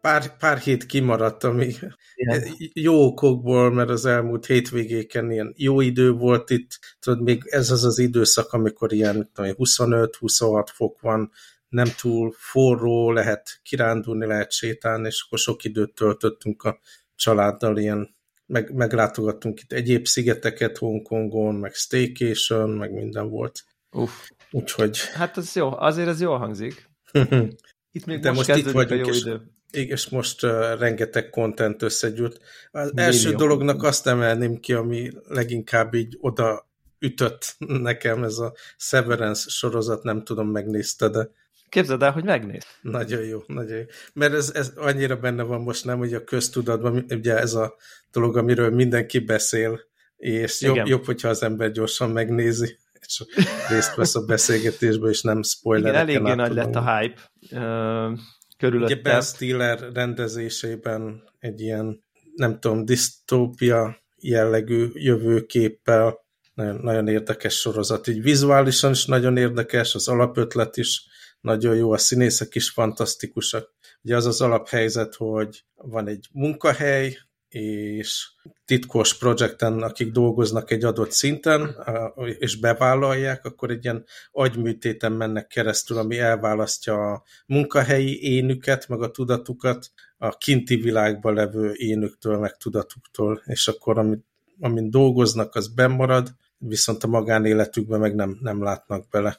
pár hét kimaradt, ami Igen. jó okokból, mert az elmúlt hétvégéken ilyen jó idő volt itt, tudod, még ez az időszak, amikor ilyen 25-26 fok van, nem túl forró, lehet kirándulni, lehet sétálni, és akkor sok időt töltöttünk a családdal, ilyen meglátogattunk itt egyéb szigeteket Hongkongon, meg staycation, meg minden volt. Úgyhogy... Hát ez jó, azért ez jól hangzik. Itt még de most itt vagyunk, a jó idő. És most rengeteg content összegyűlt. Az első dolognak azt emelném ki, ami leginkább így oda ütött nekem, ez a Severance sorozat, nem tudom, megnézte, de képzeld el, hogy megnéz. Nagyon jó, nagyon jó. Mert ez annyira benne van most, nem, hogy a köztudatban, ugye ez a dolog, amiről mindenki beszél, és jobb, hogyha az ember gyorsan megnézi, és részt vesz a beszélgetésbe, és nem spoilereken. Igen, eléggé nagy lett a hype körülötte. Ugye Ben Stiller rendezésében egy ilyen, nem tudom, disztópia jellegű jövőképpel, nagyon, nagyon érdekes sorozat. Így vizuálisan is nagyon érdekes, az alapötlet is nagyon jó, a színészek is fantasztikusak. Ugye az az alaphelyzet, hogy van egy munkahely, és titkos projekten, akik dolgoznak egy adott szinten, és bevállalják, akkor egy ilyen agyműtéten mennek keresztül, ami elválasztja a munkahelyi énüket, meg a tudatukat a kinti világban levő énüktől, meg tudatuktól, és akkor amin dolgoznak, az bennmarad, viszont a magánéletükben meg nem látnak bele.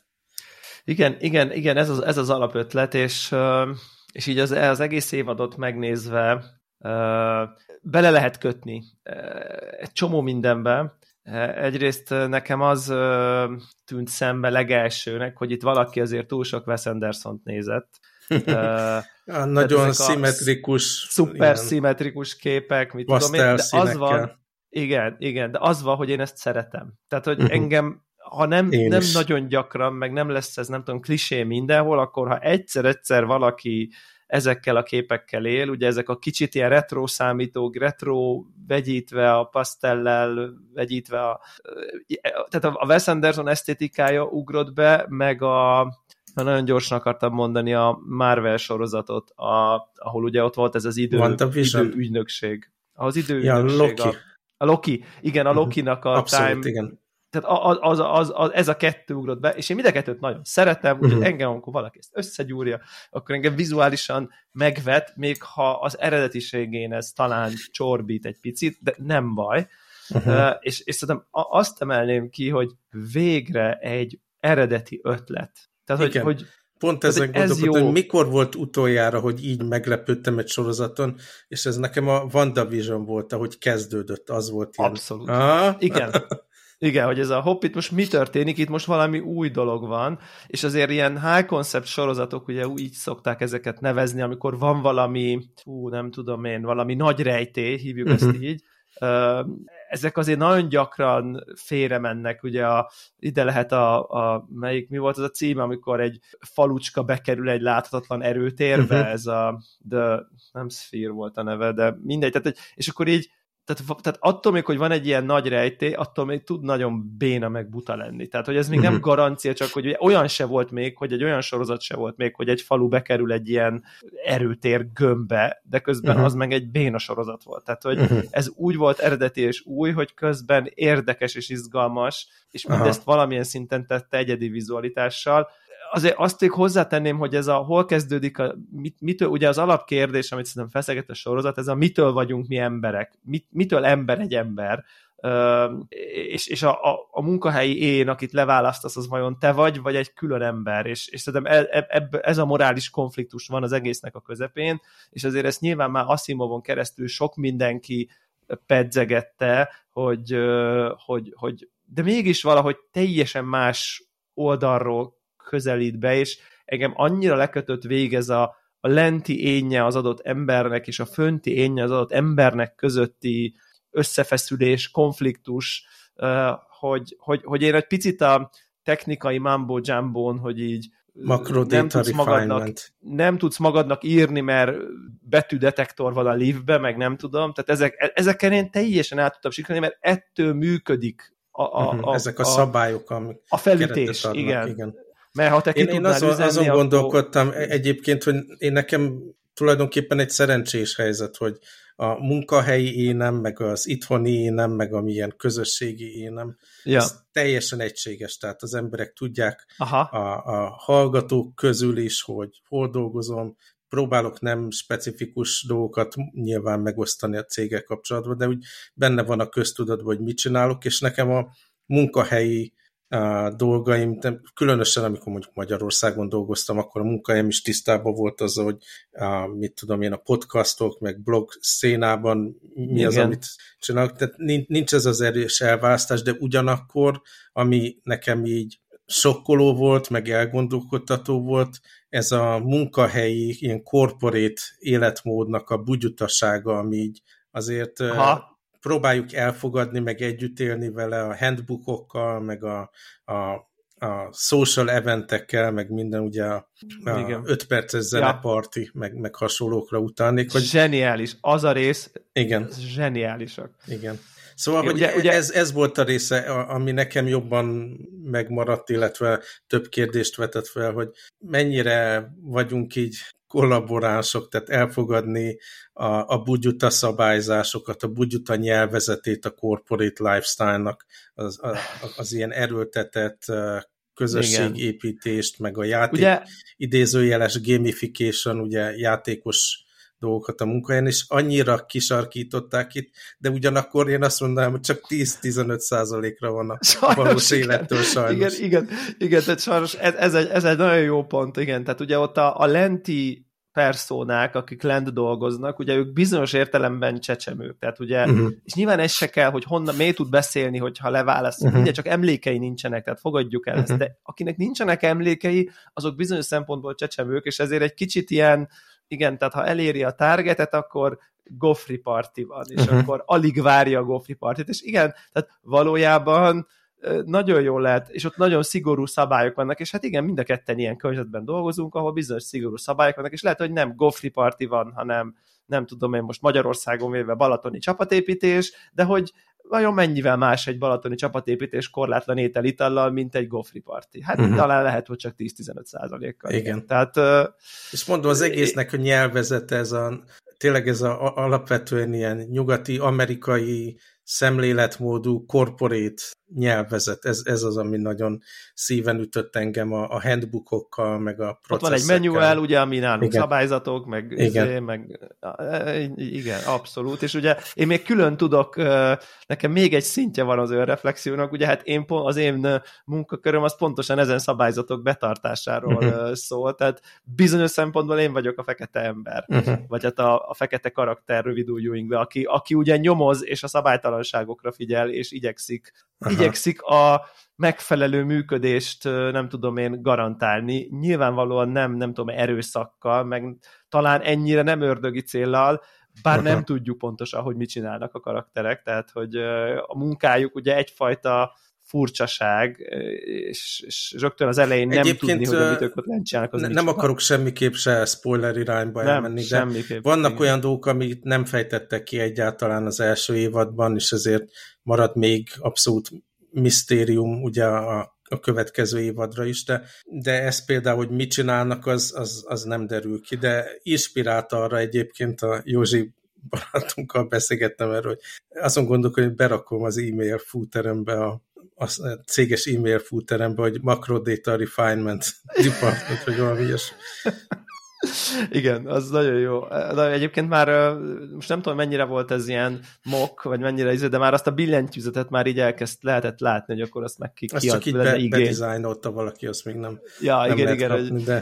Igen, ez az alapötlet, és így az egész évadot megnézve bele lehet kötni egy csomó mindenbe. Egyrészt nekem az tűnt szembe legelsőnek, hogy itt valaki azért túl sok Wes Andersont nézett. Nagyon szimmetrikus. Szuper szimmetrikus képek, mit tudom én, de az van, igen, de az van, hogy én ezt szeretem. Tehát, hogy engem ha nem nagyon gyakran, meg nem lesz ez, nem tudom, klisé mindenhol, akkor ha egyszer valaki ezekkel a képekkel él, ugye ezek a kicsit ilyen retro számítók, retro vegyítve a pasztellel, vegyítve tehát a Wes Anderson esztétikája ugrott be, meg nagyon gyorsan akartam mondani a Marvel sorozatot, ahol ugye ott volt ez az időügynökség. Az időügynökség. A Loki. Igen, a Lokinak a Abszolút, igen. Tehát ez a kettő ugrott be, és én mind a kettőt nagyon szeretem, úgyhogy engem, amikor valaki ezt összegyúrja, akkor engem vizuálisan megvet, még ha az eredetiségén ez talán csorbít egy picit, de nem baj. És szerintem azt emelném ki, hogy végre egy eredeti ötlet. Tehát, hogy pont ezen gondolkodtam, hogy mikor volt utoljára, hogy így meglepődtem egy sorozaton, és ez nekem a WandaVision volt, ahogy kezdődött, az volt ilyen. Abszolút. Igen, hogy ez a hopp, itt most mi történik, itt most valami új dolog van, és azért ilyen high concept sorozatok, ugye így szokták ezeket nevezni, amikor van valami, nem tudom én, valami nagy rejtély, hívjuk ezt így, ezek azért nagyon gyakran félre mennek, ugye ide lehet mi volt az a cím, amikor egy falucska bekerül egy láthatatlan erőtérbe, ez nem Sphere volt a neve, de mindegy, tehát, és akkor így tehát attól még, hogy van egy ilyen nagy rejtély, attól még tud nagyon béna meg buta lenni. Tehát, hogy ez még nem garancia, csak hogy olyan se volt még, hogy egy olyan sorozat se volt még, hogy egy falu bekerül egy ilyen erőtér gömbbe, de közben az meg egy béna sorozat volt. Tehát, hogy ez úgy volt eredeti és új, hogy közben érdekes és izgalmas, és mindezt valamilyen szinten tette egyedi vizualitással. Azért azt még hozzátenném, hogy ez hol kezdődik, mitől, ugye az alapkérdés, amit szerintem feszeget a sorozat, ez mitől vagyunk mi emberek, mitől ember egy ember, és a munkahelyi én, akit leválasztasz, az vajon te vagy egy külön ember, és szerintem ez a morális konfliktus van az egésznek a közepén, és azért ezt nyilván már Asimovon keresztül sok mindenki pedzegette, hogy de mégis valahogy teljesen más oldalról közelít be, és engem annyira lekötött végez a lenti énje az adott embernek, és a fönti énje az adott embernek közötti összefeszülés, konfliktus, hogy én egy picit a technikai mambo jambón, hogy így nem tudsz magadnak írni, mert betűdetektor van a liftbe, meg nem tudom, tehát ezeken én teljesen át tudtam sikerülni, mert ettől működik ezek a szabályok, amik a felütés, igen. Mert ha te én azon gondolkodtam egyébként, hogy nekem tulajdonképpen egy szerencsés helyzet, hogy a munkahelyi énem, meg az itthoni énem, meg amilyen közösségi énem, ez teljesen egységes, tehát az emberek tudják a hallgatók közül is, hogy hol dolgozom, próbálok nem specifikus dolgokat nyilván megosztani a céggel kapcsolatban, de úgy benne van a köztudatban, hogy mit csinálok, és nekem a munkahelyi dolgaim, különösen amikor mondjuk Magyarországon dolgoztam, akkor a munkahelyem is tisztában volt azzal, hogy mit tudom én, a podcastok, meg blog szénában mi az, amit csinálok. Tehát nincs ez az erős elválasztás, de ugyanakkor, ami nekem így sokkoló volt, meg elgondolkodtató volt, ez a munkahelyi, ilyen corporate életmódnak a bugyutasága, ami így azért próbáljuk elfogadni, meg együtt élni vele a handbookokkal, meg a social eventekkel, meg minden ugye a 5 perces zeneparti, meg hasonlókra utalnék. Hogy... Zseniális. Az a rész, igen. Zseniálisak. Igen. Szóval, hogy ez volt a része, ami nekem jobban megmaradt, illetve több kérdést vetett fel, hogy mennyire vagyunk így kollaboránsok, tehát elfogadni a bugyuta szabályzásokat, a bugyuta nyelvezetét a corporate lifestyle-nak, az ilyen erőltetett közösségépítést, meg a játék idézőjeles gamification, ugye játékos dolgokat a munkahelyen, és annyira kisarkították itt, de ugyanakkor én azt mondanám, hogy csak 10-15%-ra van a valós élettől sajnos. Igen, tehát sajnos ez egy nagyon jó pont, igen, tehát ugye ott a lenti perszónák, akik lent dolgoznak, ugye ők bizonyos értelemben csecsemők, tehát ugye, és nyilván ez se kell, hogy miért tud beszélni, hogyha leválaszt, ugye csak emlékei nincsenek, tehát fogadjuk el ezt, de akinek nincsenek emlékei, azok bizonyos szempontból csecsemők, és ezért egy kicsit ilyen, igen, tehát ha eléri a targetet, akkor gofri party van, és akkor alig várja a gofri partit, és igen, tehát valójában nagyon jól lehet, és ott nagyon szigorú szabályok vannak, és hát igen, mind a ketten ilyen környezetben dolgozunk, ahol bizonyos szigorú szabályok vannak, és lehet, hogy nem gofri party van, hanem nem tudom én most Magyarországon véve balatoni csapatépítés, de hogy vajon mennyivel más egy balatoni csapatépítés korlátlan étel-itallal, mint egy gofri party? Hát talán lehet, hogy csak 10-15%-kal. Igen. Tehát, és mondom, az egésznek a nyelvezete, tényleg ez alapvetően ilyen nyugati, amerikai szemléletmódú, corporate nyelvezet. Ez az, ami nagyon szíven ütött engem a handbookokkal, meg a processzekkel. Ott van egy manual, ugye, ami nálunk szabályzatok, meg igen, abszolút. És ugye én még külön tudok, nekem még egy szintje van az önreflexiónak, ugye hát az én munkaköröm az pontosan ezen szabályzatok betartásáról szól, tehát bizonyos szempontból én vagyok a fekete ember, vagy hát a fekete karakter rövidújúinkbe, aki ugye nyomoz, és a szabálytalanságokra figyel, és igyekszik a megfelelő működést, nem tudom én, garantálni. Nyilvánvalóan nem tudom, erőszakkal, meg talán ennyire nem ördögi céllal, bár nem tudjuk pontosan, hogy mit csinálnak a karakterek, tehát hogy a munkájuk ugye egyfajta furcsaság, és rögtön az elején nem tudni, hogy amit ők ott lent csinálnak, az nem akarok semmiképp se spoiler irányba elmenni, de vannak olyan dolgok, amit nem fejtettek ki egyáltalán az első évadban, és ezért marad még abszolút misztérium ugye a következő évadra is, de ez például, hogy mit csinálnak, az nem derül ki, de inspirálta arra egyébként a Józsi barátunkkal beszélgettem erről, hogy azon gondolkodom, hogy berakom az e-mail footerembe a céges e-mail footerembe, hogy Macro Data Refinement Department, vagy valami ilyesmi. Igen, az nagyon jó. De egyébként már most nem tudom, mennyire volt ez ilyen mock, vagy mennyire de már azt a billentyűzetet már így lehetett látni, hogy akkor azt meg azt csak így bedizájnolta valaki, azt még nem igen, kapni, de...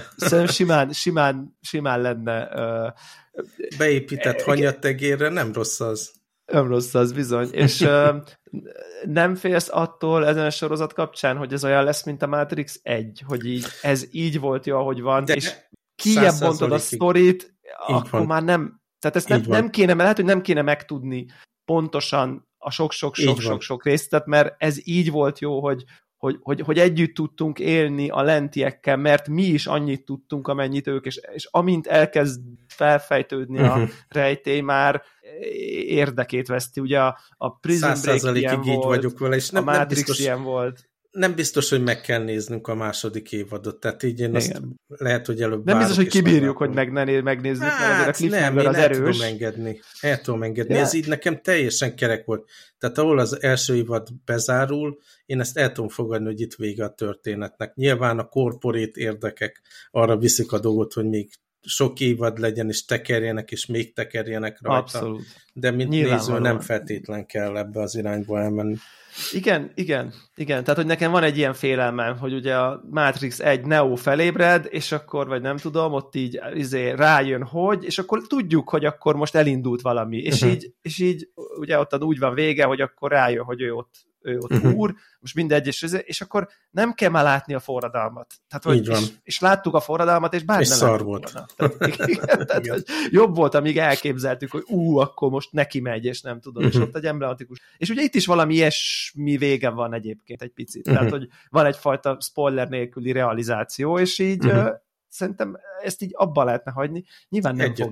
simán lenne. Beépített hanyattegérre nem rossz az. Nem rossz az, bizony. És nem félsz attól ezen a sorozat kapcsán, hogy ez olyan lesz, mint a Matrix 1, hogy így, ez így volt jó, ahogy van, de és kijebb bontod a sztorit, akkor már nem, tehát ezt nem kéne, mert lehet, hogy nem kéne megtudni pontosan a sok-sok részt, tehát mert ez így volt jó, hogy együtt tudtunk élni a lentiekkel, mert mi is annyit tudtunk, amennyit ők, és amint elkezd felfejtődni a rejtély, már érdekét veszti. Ugye a Prison Break ilyen volt, vagyok vele, és a Matrix ilyen volt. nem biztos, hogy meg kell néznünk a második évadot, tehát így én azt lehet, hogy előbb nem biztos, hogy kibírjuk, hogy megnézzük, mert azért a cliffhanger az erős. El tudom engedni. Yeah. Ez így nekem teljesen kerek volt. Tehát ahol az első évad bezárul, én ezt el tudom fogadni, hogy itt vége a történetnek. Nyilván a corporate érdekek arra viszik a dolgot, hogy még sok évad legyen, és tekerjenek, és még tekerjenek rajta. Abszolút. De mint néző nem feltétlen kell ebbe az irányba elmenni. Igen. Tehát, hogy nekem van egy ilyen félelmem, hogy ugye a Matrix 1 Neo felébred, és akkor, vagy nem tudom, ott így rájön, hogy, és akkor tudjuk, hogy akkor most elindult valami. És így ugye ott úgy van vége, hogy akkor rájön, hogy ő ott úr, most mindegy, és akkor nem kell már látni a forradalmat. Tehát, hogy, és láttuk a forradalmat, és bár és nem szar volt. Tehát, jobb volt, amíg elképzeltük, hogy akkor most neki megy, és nem tudom, és ott egy emblematikus. És ugye itt is valami ilyesmi vége van egyébként egy picit. Tehát, hogy van egyfajta spoiler nélküli realizáció, és így szerintem ezt így abba lehetne hagyni. Nyilván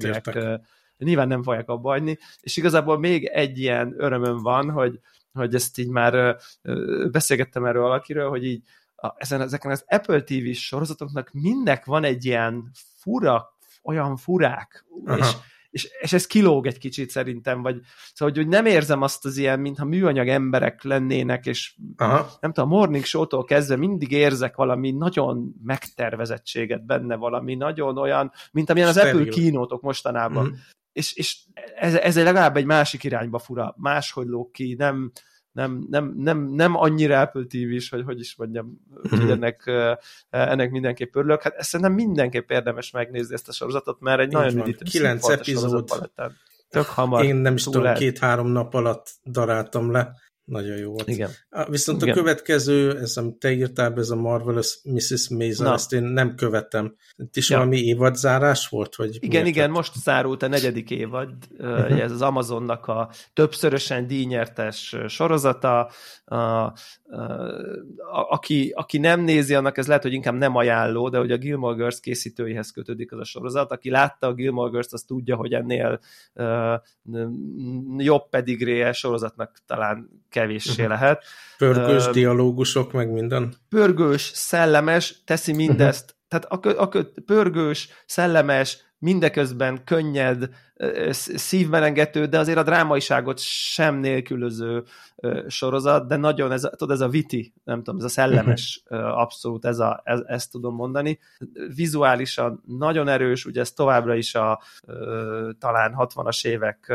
nem fogják abba hagyni, és igazából még egy ilyen örömöm van, hogy ezt így már beszélgettem erről valakiről, hogy így ezeken az Apple TV-s sorozatoknak mindnek van egy ilyen olyan furák, és ez kilóg egy kicsit szerintem, vagy szóval, hogy nem érzem azt az ilyen, mintha műanyag emberek lennének, és nem tudom, a Morning Show-tól kezdve mindig érzek valami nagyon megtervezettséget benne, valami nagyon olyan, mint amilyen az Apple keynote-ok mostanában. És ez legalább egy másik irányba fura, máshogy lóg ki, nem annyira Apple TV-s, hogy is mondjam, hogy ennek mindenképp örülök. Hát ezt szerintem mindenképp érdemes megnézni ezt a sorozatot, mert egy nagyon üdítő 9 epizód. Tök hamar. Én nem is tudom, 2-3 nap alatt daráltam le. Nagyon jó volt. Igen. Viszont a következő, ez amit te írtál, ez a Marvelous Mrs. Maisel, ezt én nem követem. Itt is valami évadzárás volt? Vagy igen, most zárult a 4. évad, ez az Amazonnak a többszörösen díjnyertes sorozata. Aki nem nézi, annak ez lehet, hogy inkább nem ajánló, de hogy a Gilmore Girls készítőihez kötődik az a sorozat. Aki látta a Gilmore Girls, az tudja, hogy ennél jobb pedigréje sorozatnak talán kevéssé lehet. Pörgős dialógusok, meg minden. Pörgős, szellemes, teszi mindezt. Tehát pörgős, szellemes, mindeközben könnyed, szívmelengető, de azért a drámaiságot sem nélkülöző sorozat, de nagyon ez a witty, nem tudom, ez a szellemes, abszolút ezt tudom mondani. Vizuálisan nagyon erős, ugye ez továbbra is talán 60-as évek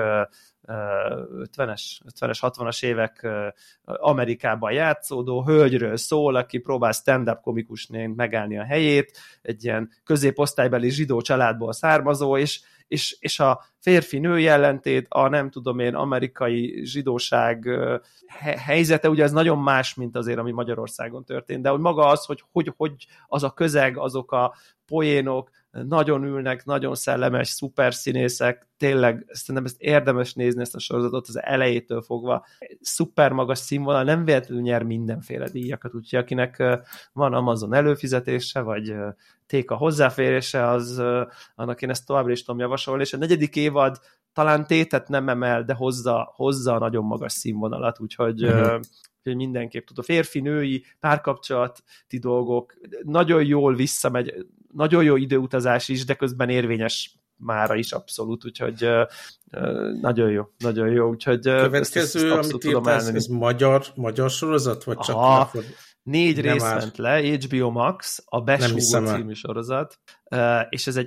50-es, 60-as évek Amerikában játszódó hölgyről szól, aki próbál stand-up komikusnél megállni a helyét, egy ilyen középosztálybeli zsidó családból származó, és a férfi-női ellentét, a nem tudom én, amerikai zsidóság helyzete, ugye ez nagyon más, mint azért, ami Magyarországon történt, de hogy maga az, hogy az a közeg, azok a poénok, nagyon ülnek, nagyon szellemes, szuper színészek, tényleg szerintem ezt érdemes nézni, ezt a sorozatot az elejétől fogva. Szuper magas színvonal, nem véletlenül nyer mindenféle díjakat, úgyhogy akinek van Amazon előfizetése, vagy téka hozzáférése, annak én ezt továbbra is tudom javasolni, és a 4. évad talán tétet nem emel, de hozza a nagyon magas színvonalat, úgyhogy mindenképp tud. A férfi-női párkapcsolati dolgok, nagyon jól visszamegy, nagyon jó időutazás is, de közben érvényes mára is abszolút, úgyhogy nagyon jó. Úgyhogy következő, amit írtál, ez magyar sorozat, vagy csak 4 rész ment le, HBO Max, a Besúgó című sorozat, és ez egy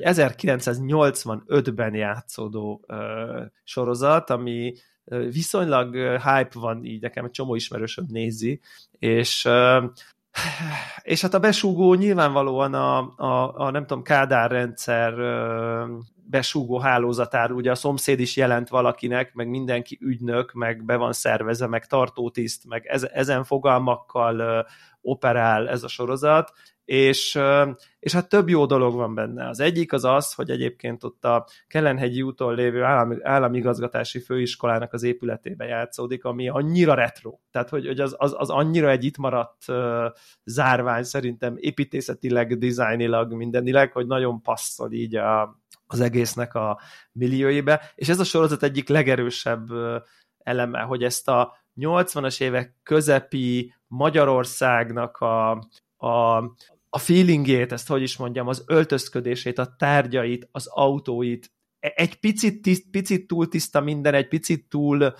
1985-ben játszódó sorozat, ami viszonylag hype van, így nekem egy csomó ismerősöm nézi, és hát a besúgó nyilvánvalóan a nem tudom, Kádár rendszer besúgó hálózatáról, ugye a szomszéd is jelent valakinek, meg mindenki ügynök, meg be van szervezve, meg tartótiszt, meg ezen fogalmakkal operál ez a sorozat, és hát több jó dolog van benne. Az egyik az, hogy egyébként ott a Kellenhegyi úton lévő államigazgatási főiskolának az épületébe játszódik, ami annyira retro. Tehát, hogy az annyira egy itt maradt zárvány szerintem építészetileg, dizájnilag, mindenileg, hogy nagyon passzol így az egésznek a millióibe. És ez a sorozat egyik legerősebb eleme, hogy ezt a 80-as évek közepi Magyarországnak a feelingjét, ezt hogy is mondjam, az öltözködését, a tárgyait, az autóit, egy picit túl tiszta minden, egy picit túl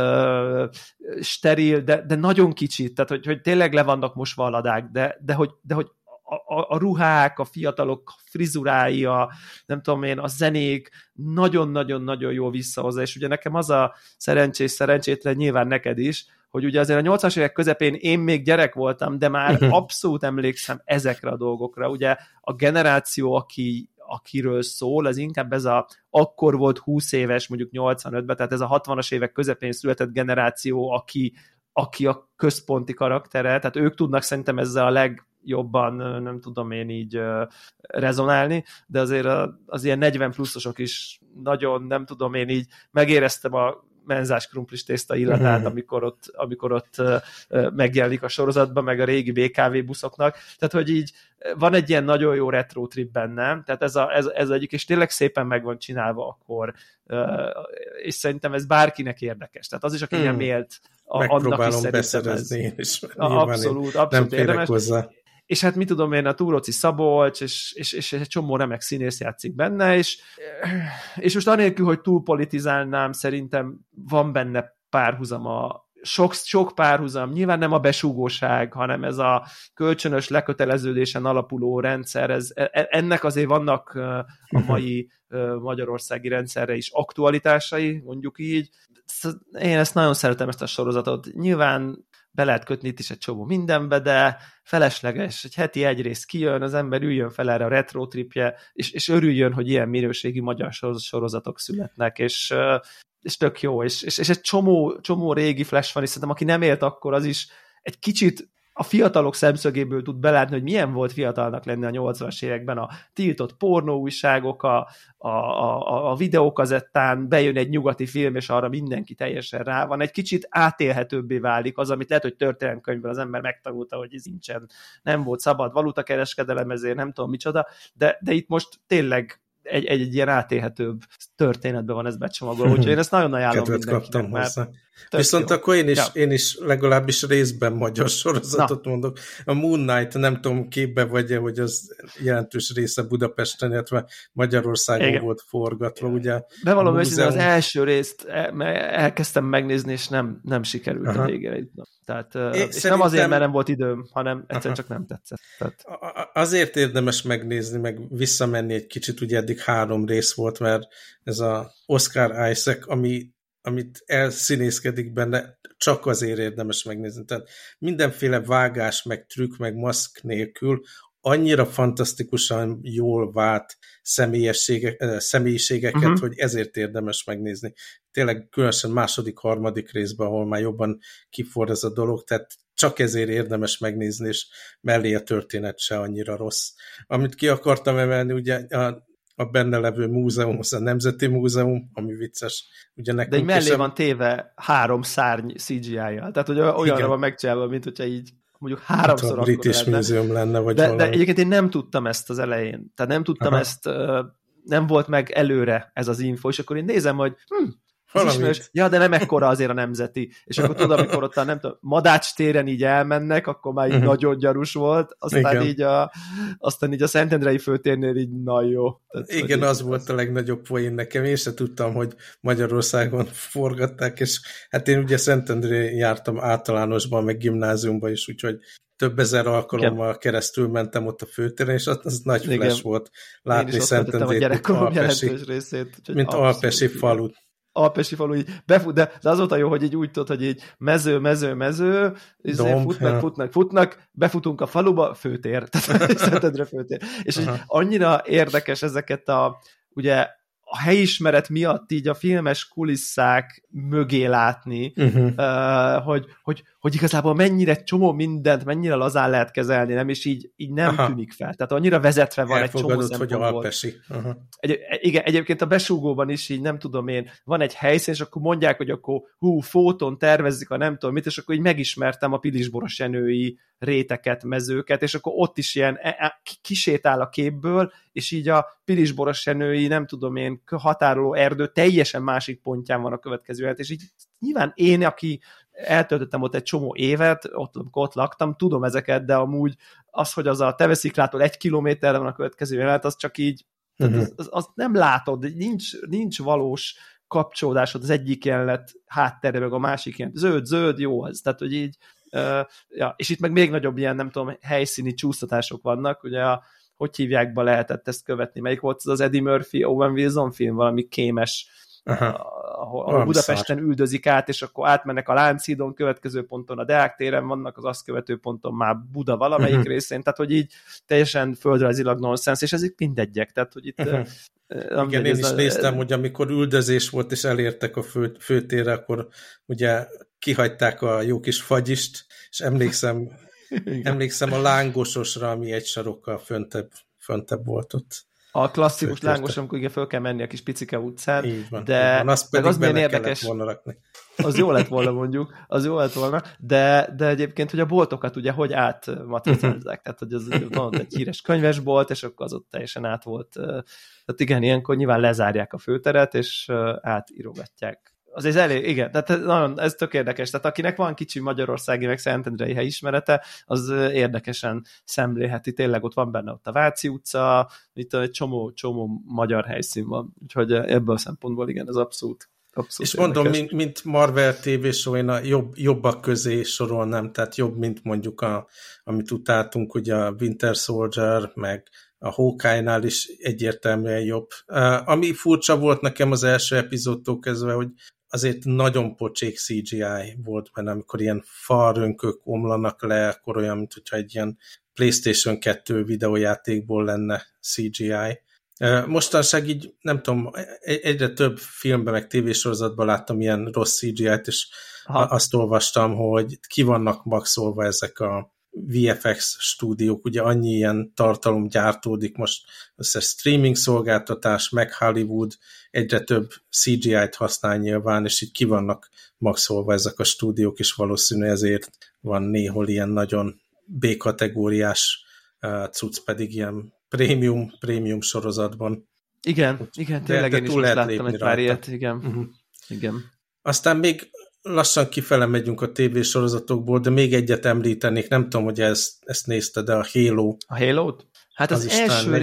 steril, de nagyon kicsit, tehát hogy tényleg le vannak mosva a ladák, de hogy a ruhák, a fiatalok frizurái, nem tudom én, a zenék nagyon-nagyon-nagyon jól visszahozza, és ugye nekem az a szerencsétlen, nyilván neked is, hogy ugye azért a 80-as évek közepén én még gyerek voltam, de már abszolút emlékszem ezekre a dolgokra. Ugye a generáció, akiről szól, az inkább akkor volt 20 éves, mondjuk 85-ben, tehát ez a 60-as évek közepén született generáció, aki a központi karaktere, tehát ők tudnak szerintem ezzel a legjobban, nem tudom én így rezonálni, de azért az ilyen 40 pluszosok is nagyon, nem tudom én így, megéreztem a menzás krumplis tészta illatát, amikor ott megjelenik a sorozatban, meg a régi BKV buszoknak. Tehát, hogy így van egy ilyen nagyon jó retro trip benne, tehát ez egyik, és tényleg szépen meg van csinálva akkor, és szerintem ez bárkinek érdekes. Tehát az is, aki nem élt, annak is beszerezni én is. Abszolút érdemes. Hozzá. És hát mit tudom én, a Túróczi Szabolcs, és egy csomó remek színész játszik benne, és most anélkül, hogy túl politizálnám, szerintem van benne párhuzama, sok párhuzam, nyilván nem a besúgóság, hanem ez a kölcsönös leköteleződésen alapuló rendszer, ennek azért vannak a mai magyarországi rendszerre is aktualitásai, mondjuk így. Én ezt nagyon szeretem, ezt a sorozatot. Nyilván be lehet kötni itt is egy csomó mindenbe, de felesleges, egy heti egy rész kijön, az ember üljön fel erre a retro tripje, és örüljön, hogy ilyen minőségi magyar sorozatok születnek, és tök jó, és egy csomó régi Flash van, és szerintem aki nem élt akkor, az is egy kicsit a fiatalok szemszögéből tud belátni, hogy milyen volt fiatalnak lenni a 80-as években, a tiltott pornóújságok, a videókazettán bejön egy nyugati film, és arra mindenki teljesen rá van. Egy kicsit átélhetőbbé válik az, amit lehet, hogy történelemkönyvben az ember megtanulta, hogy ez nincsen, nem volt szabad valutakereskedelem, ezért nem tudom micsoda, de itt most tényleg egy ilyen átélhetőbb történetben van ez becsomagolva, úgyhogy én ezt nagyon ajánlom mindenkinek. Mert viszont jó. Akkor én is legalábbis részben magyar sorozatot mondok. A Moon Knight, nem tudom, képbe vagy-e, hogy az jelentős része Budapesten, illetve Magyarországon volt forgatva, ugye? Bevallom őszintén, az első részt elkezdtem megnézni, és nem sikerült a végére jutnom. Tehát, és nem azért, mert nem volt időm, hanem egyszerűen csak nem tetszett. Tehát... Azért érdemes megnézni, meg visszamenni egy kicsit, ugye eddig 3 rész volt, mert ez a Oscar Isaac, amit elszínészkedik benne, csak azért érdemes megnézni. Tehát mindenféle vágás, meg trükk, meg maszk nélkül annyira fantasztikusan jól vált személyiségeket, hogy ezért érdemes megnézni. Tényleg különösen második, harmadik részben, ahol már jobban kiforr ez a dolog, tehát csak ezért érdemes megnézni, és mellé a történet se annyira rossz. Amit ki akartam emelni, ugye a benne levő múzeum, az a Nemzeti Múzeum, ami vicces. Ugye de egy mellé van téve 3 szárny CGI-jal, tehát hogy olyanra van megcsinálva, mint hogyha így mondjuk 3-szor akkor British Museum lenne, vagy de egyébként én nem tudtam ezt az elején. Tehát nem tudtam ezt, nem volt meg előre ez az info, és akkor én nézem, hogy ja, de nem ekkora azért a Nemzeti. És akkor tudod, amikor ott nem tudom, Madács téren így elmennek, akkor már így nagyon gyarus volt, aztán így a Szentendrei főtérnél így na jó. Tehát, igen, az volt a legnagyobb poén nekem. Én sem tudtam, hogy Magyarországon forgatták, és hát én ugye Szentendrén jártam általánosban, meg gimnáziumban is, úgyhogy több ezer alkalommal keresztül mentem ott a főtéren, és az nagy flash volt látni Szentendrét, mint alpesi falut. Alpesi falu így befut, de az volt a jó, hogy így úgy tudod, hogy így mező, futnak, befutunk a faluba, főtér, tehát Szentendre főtér. És így annyira érdekes ezeket ugye a helyismeret miatt így a filmes kulisszák mögé látni, hogy igazából mennyire csomó mindent, mennyire lazán lehet kezelni, nem, és így nem tűnik fel. Tehát annyira vezetve van egy csomó szempontból. Hogy alpesi. Igen, egyébként a besúgóban is így nem tudom én, van egy helyszín, és akkor mondják, hogy akkor Fóton tervezzik a nem tudom mit, és akkor így megismertem a Pilisborosjenői réteket, mezőket, és akkor ott is ilyen kisétál a képből, és így a Pilisborosjenői, nem tudom én, határoló erdő teljesen másik pontján van a következő, és így nyilván én, aki eltöltöttem ott egy csomó évet, ott laktam, tudom ezeket, de amúgy az, hogy az a Tevesziklától 1 kilométerre van a következő jelenet, az csak így, az nem látod, nincs valós kapcsolódásod az egyik jelenet háttere, meg a másik jelenet. Zöld, jó az. Tehát, hogy így, és itt meg még nagyobb ilyen, nem tudom, helyszíni csúsztatások vannak, ugye hogy hívjákba lehetett ezt követni? Melyik volt az Eddie Murphy, Owen Wilson film, valami kémes, ahol Budapesten üldözik át, és akkor átmennek a Lánchídon, következő ponton a Deák téren vannak, az azt követő ponton már Buda valamelyik részén, tehát hogy így teljesen földrajzilag nonsens, és ezek mindegyek, tehát hogy itt... Igen, én is néztem, hogy amikor üldözés volt, és elértek a főtérre, akkor ugye kihagyták a jó kis fagyist, és emlékszem a lángososra, ami egy sarokkal föntebb volt ott. A klasszikus lángos, amikor ugye föl kell menni a kis Picike utcán, így van, de így van. Azt pedig az milyen érdekes, az jó lett volna mondjuk, de egyébként, hogy a boltokat ugye hogy átmatricázzák, tehát hogy az van egy híres könyvesbolt, és akkor az ott teljesen át volt, tehát igen, ilyenkor nyilván lezárják a főteret, és átírogatják. Azért elég, igen, tehát nagyon, ez tök érdekes, tehát akinek van kicsi magyarországi, meg szentendrei helyismerete, az érdekesen szemlélheti, tényleg ott van benne ott a Váci utca, itt egy csomó magyar helyszín van, úgyhogy ebből a szempontból igen, ez abszolút és érdekes. mondom, mint Marvel TV show, én a jobbak közé sorolnám, tehát jobb, mint mondjuk amit utáltunk, ugye a Winter Soldier, meg a Hawkeye-nál is egyértelműen jobb. Ami furcsa volt nekem az első epizódtól kezdve, hogy azért nagyon pocsék CGI volt benne, amikor ilyen falrönkök omlanak le, akkor olyan, mint hogyha egy ilyen PlayStation 2 videójátékból lenne CGI. Mostanság így, nem tudom, egyre több filmben, meg tévésorozatban láttam ilyen rossz CGI-t, és azt olvastam, hogy ki vannak maxolva ezek a VFX stúdiók, ugye annyi ilyen tartalom gyártódik most, összes streaming szolgáltatás, meg Hollywood egyre több CGI-t használ nyilván, és így ki vannak maxolva ezek a stúdiók, és valószínű ezért van néhol ilyen nagyon B-kategóriás cucc, pedig ilyen prémium sorozatban. Igen, tényleg én is most láttam egy pár ilyet, igen. Aztán még lassan kifele megyünk a tévésorozatokból, de még egyet említenék, nem tudom, hogy ezt nézte, de a Halo. A Halo-t? Hát az első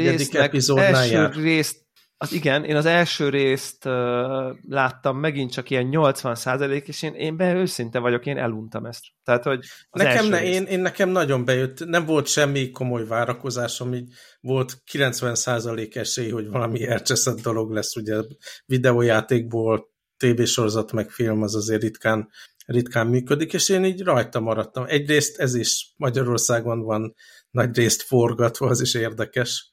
részt, igen, én az első részt láttam, megint csak ilyen 80%, és én őszinte vagyok, én eluntam ezt. Tehát, hogy nekem nagyon bejött, nem volt semmi komoly várakozásom, így volt 90% esély, hogy valami elcseszett dolog lesz, ugye videójátékból, tévésorozat meg film az azért ritkán működik, és én így rajta maradtam. Egyrészt ez is Magyarországon van nagy részt forgatva, az is érdekes.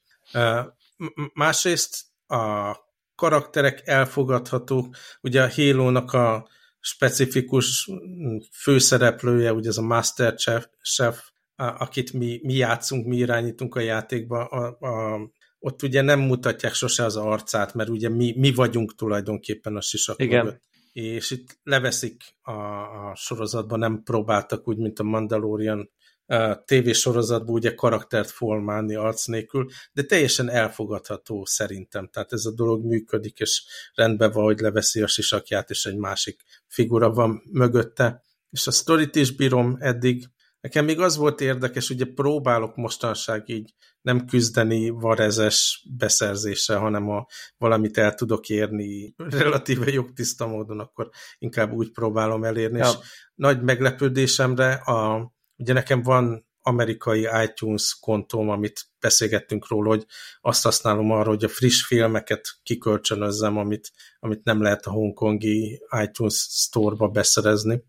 Másrészt a karakterek elfogadhatók, ugye a Halo-nak a specifikus főszereplője, ugye ez a Master Chef, akit mi játszunk, mi irányítunk a játékba, ott ugye nem mutatják sose az arcát, mert ugye mi vagyunk tulajdonképpen a sisak mögött. És itt leveszik a sorozatban, nem próbáltak úgy, mint a Mandalorian tévésorozatban ugye karaktert formálni arc nélkül, de teljesen elfogadható szerintem. Tehát ez a dolog működik, és rendben van, hogy leveszi a sisakját, és egy másik figura van mögötte. És a sztorit is bírom eddig. Nekem még az volt érdekes, ugye próbálok mostanság így nem küzdeni varezes beszerzéssel, hanem valamit el tudok érni relatíve jogtiszta módon, akkor inkább úgy próbálom elérni. Ja. És nagy meglepődésemre, ugye nekem van amerikai iTunes kontóm, amit beszélgettünk róla, hogy azt használom arra, hogy a friss filmeket kikölcsönözzem, amit nem lehet a hongkongi iTunes Store-ba beszerezni.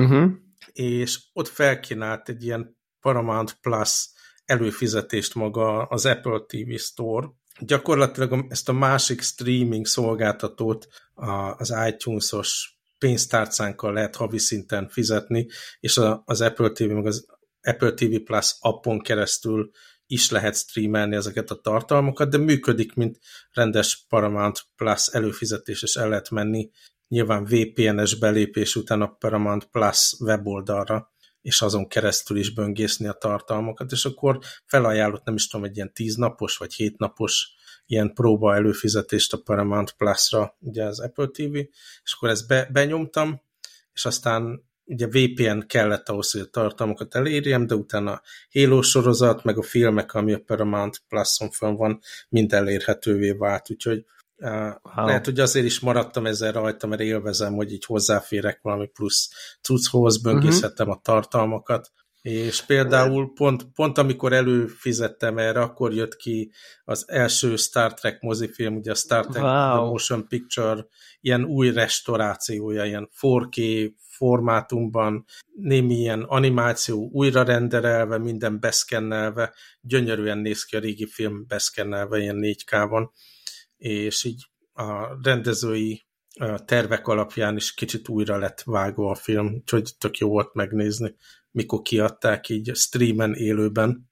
És ott felkínált egy ilyen Paramount Plus előfizetést maga az Apple TV Store. Gyakorlatilag ezt a másik streaming szolgáltatót az iTunes-os pénztárcánkkal lehet havi szinten fizetni, és az Apple TV, meg az Apple TV Plus appon keresztül is lehet streamelni ezeket a tartalmakat, de működik, mint rendes Paramount Plus előfizetés, és el lehet menni nyilván VPN-es belépés után a Paramount Plus weboldalra, és azon keresztül is böngészni a tartalmakat, és akkor felajánlott, nem is tudom, egy ilyen 10 napos vagy 7 napos ilyen próba előfizetést a Paramount Plus-ra, ugye az Apple TV, és akkor ezt benyomtam, és aztán ugye VPN kellett ahhoz, hogy a tartalmakat elérjem, de utána a Halo sorozat, meg a filmek, ami a Paramount Plus-on fönn van, mind elérhetővé vált, úgyhogy lehet, hogy azért is maradtam ezzel rajta, mert élvezem, hogy így hozzáférek valami plusz cucchoz, böngészhettem a tartalmakat, és például pont amikor előfizettem erre, akkor jött ki az első Star Trek mozifilm, ugye a Star Trek The Motion Picture, ilyen új restaurációja, ilyen 4K formátumban, némi ilyen animáció újra renderelve, minden beszkennelve, gyönyörűen néz ki a régi film beszkennelve, ilyen 4K-ban, és így a rendezői tervek alapján is kicsit újra lett vágva a film, úgyhogy tök jó volt megnézni, mikor kiadták így streamen, élőben.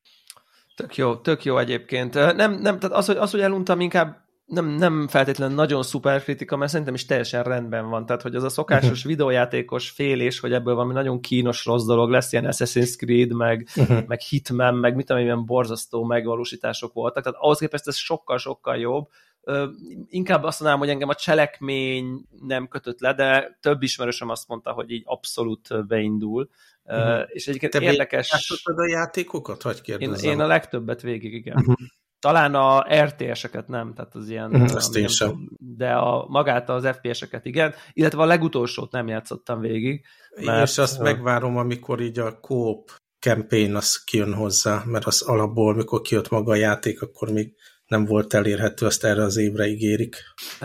Tök jó egyébként. Tehát az, hogy eluntam, inkább nem feltétlenül nagyon szuper kritika, mert szerintem is teljesen rendben van. Tehát, hogy az a szokásos videójátékos félés, hogy ebből valami nagyon kínos rossz dolog lesz, ilyen Assassin's Creed, meg Hitman, meg mit tudom, ilyen borzasztó megvalósítások voltak. Tehát ahhoz képest ez sokkal-sokkal jobb. Inkább azt mondanám, hogy engem a cselekmény nem kötött le, de több ismerősöm azt mondta, hogy így abszolút beindul. És egyébként te érdekes... Te játszottad a játékokat? Hogy kérdezzem? Én a legtöbbet végig, igen. Talán a RTS-eket nem, tehát az ilyen... Ezt én sem. De magát az FPS-eket igen, illetve a legutolsót nem játszottam végig. Mert, és azt megvárom, amikor így a co-op campaign az kijön hozzá, mert az alapból, mikor kijött maga a játék, akkor még nem volt elérhető, azt erre az évre ígérik.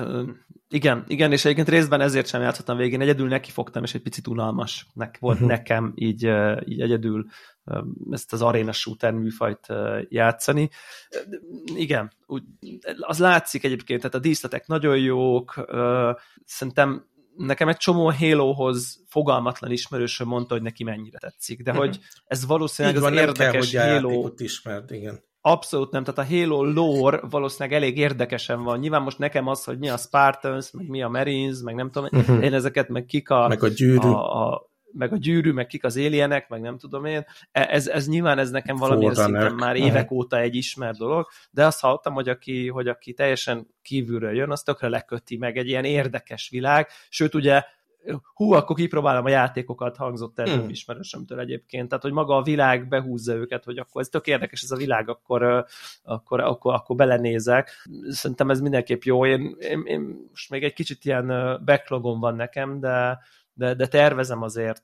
Igen, és egyébként részben ezért sem játszottam végén, egyedül nekifogtam, és egy picit unalmas volt nekem így egyedül ezt az arena shooter műfajt játszani. Igen, az látszik egyébként, tehát a díszletek nagyon jók, szerintem nekem egy csomó Halohoz fogalmatlan ismerősöm mondta, hogy neki mennyire tetszik, de hogy ez valószínűleg az érdekes Halo... ismerd, igen. Abszolút nem, tehát a Halo lore valószínűleg elég érdekesen van. Nyilván most nekem az, hogy mi a Spartans, meg mi a Marines, meg nem tudom, én ezeket, meg kik meg a gyűrű. Meg a gyűrű, meg kik az alienek, meg nem tudom én. Ez nyilván ez nekem valamilyen szinten már évek óta egy ismert dolog, de azt hallottam, hogy aki teljesen kívülről jön, az tökre leköti meg egy ilyen érdekes világ, sőt ugye akkor kipróbálom a játékokat, hangzott el több ismerősömtől egyébként, tehát hogy maga a világ behúzza őket, hogy akkor ez tök érdekes ez a világ, akkor belenézek. Szerintem ez mindenképp jó. Én most még egy kicsit ilyen backlogom van nekem, de tervezem azért,